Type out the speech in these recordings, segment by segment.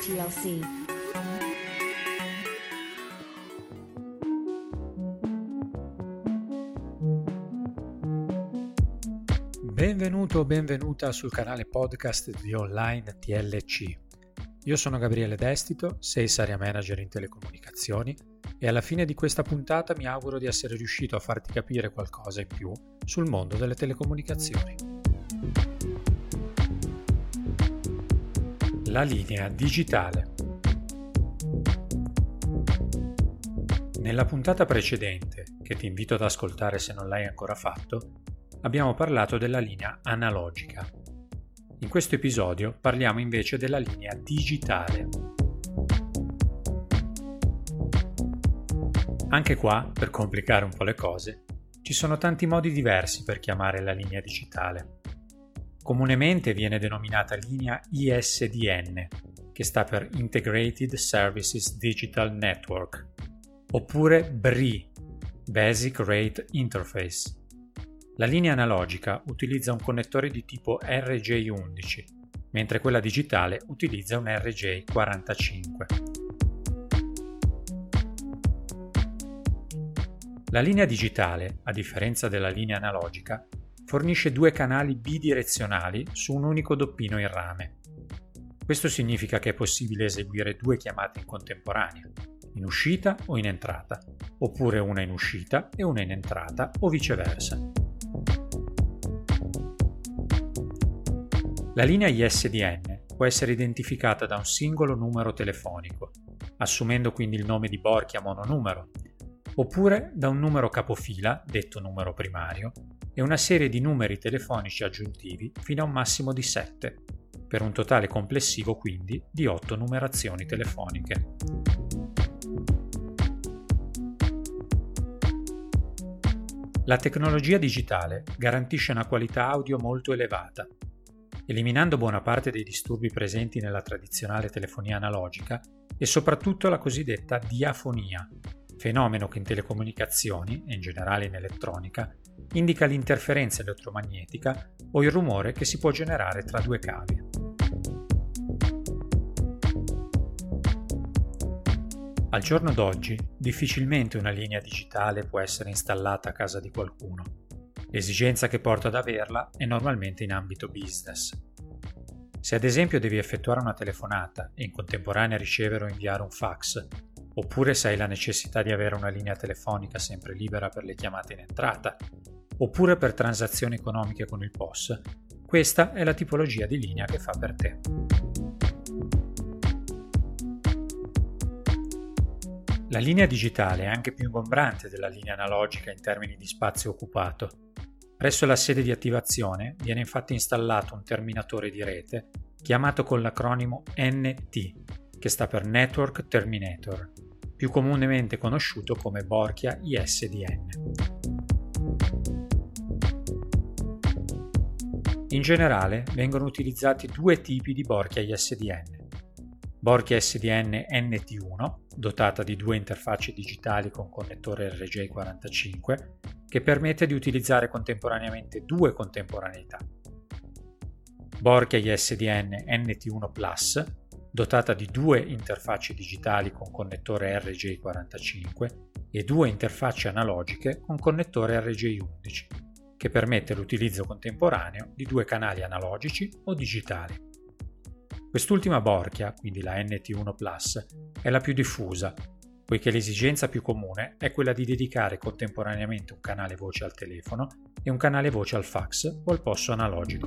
TLC. Benvenuto o benvenuta sul canale podcast di Online TLC. Io sono Gabriele Destito, Sales Area Manager in telecomunicazioni e alla fine di questa puntata mi auguro di essere riuscito a farti capire qualcosa in più sul mondo delle telecomunicazioni. La linea digitale. Nella puntata precedente, che ti invito ad ascoltare se non l'hai ancora fatto, abbiamo parlato della linea analogica. In questo episodio parliamo invece della linea digitale. Anche qua, per complicare un po' le cose, ci sono tanti modi diversi per chiamare la linea digitale. Comunemente viene denominata linea ISDN, che sta per Integrated Services Digital Network, oppure BRI, Basic Rate Interface. La linea analogica utilizza un connettore di tipo RJ11, mentre quella digitale utilizza un RJ45. La linea digitale, a differenza della linea analogica, fornisce due canali bidirezionali su un unico doppino in rame. Questo significa che è possibile eseguire due chiamate in contemporanea, in uscita o in entrata, oppure una in uscita e una in entrata o viceversa. La linea ISDN può essere identificata da un singolo numero telefonico, assumendo quindi il nome di Borchia mononumero, oppure da un numero capofila, detto numero primario, e una serie di numeri telefonici aggiuntivi fino a un massimo di 7, per un totale complessivo quindi di 8 numerazioni telefoniche. La tecnologia digitale garantisce una qualità audio molto elevata, eliminando buona parte dei disturbi presenti nella tradizionale telefonia analogica e soprattutto la cosiddetta diafonia, fenomeno che in telecomunicazioni, e in generale in elettronica, indica l'interferenza elettromagnetica o il rumore che si può generare tra due cavi. Al giorno d'oggi, difficilmente una linea digitale può essere installata a casa di qualcuno. L'esigenza che porta ad averla è normalmente in ambito business. Se ad esempio devi effettuare una telefonata e in contemporanea ricevere o inviare un fax, oppure se hai la necessità di avere una linea telefonica sempre libera per le chiamate in entrata, oppure per transazioni economiche con il POS, questa è la tipologia di linea che fa per te. La linea digitale è anche più ingombrante della linea analogica in termini di spazio occupato. Presso la sede di attivazione viene infatti installato un terminatore di rete chiamato con l'acronimo NT, che sta per Network Terminator, più comunemente conosciuto come Borchia ISDN. In generale vengono utilizzati due tipi di Borchia ISDN. Borchia SDN NT1, dotata di due interfacce digitali con connettore RJ45, che permette di utilizzare contemporaneamente due contemporaneità. Borchia ISDN NT1 Plus, dotata di due interfacce digitali con connettore RJ45 e due interfacce analogiche con connettore RJ11, che permette l'utilizzo contemporaneo di due canali analogici o digitali. Quest'ultima Borchia, quindi la NT1 Plus, è la più diffusa, poiché l'esigenza più comune è quella di dedicare contemporaneamente un canale voce al telefono e un canale voce al fax o al POS analogico.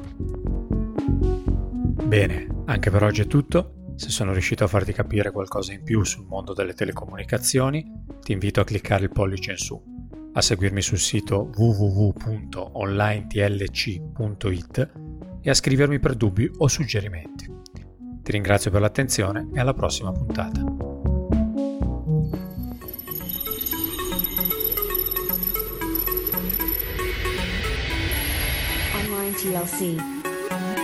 Bene, anche per oggi è tutto. Se sono riuscito a farti capire qualcosa in più sul mondo delle telecomunicazioni, ti invito a cliccare il pollice in su, a seguirmi sul sito www.onlinetlc.it e a scrivermi per dubbi o suggerimenti. Ti ringrazio per l'attenzione e alla prossima puntata. Online TLC.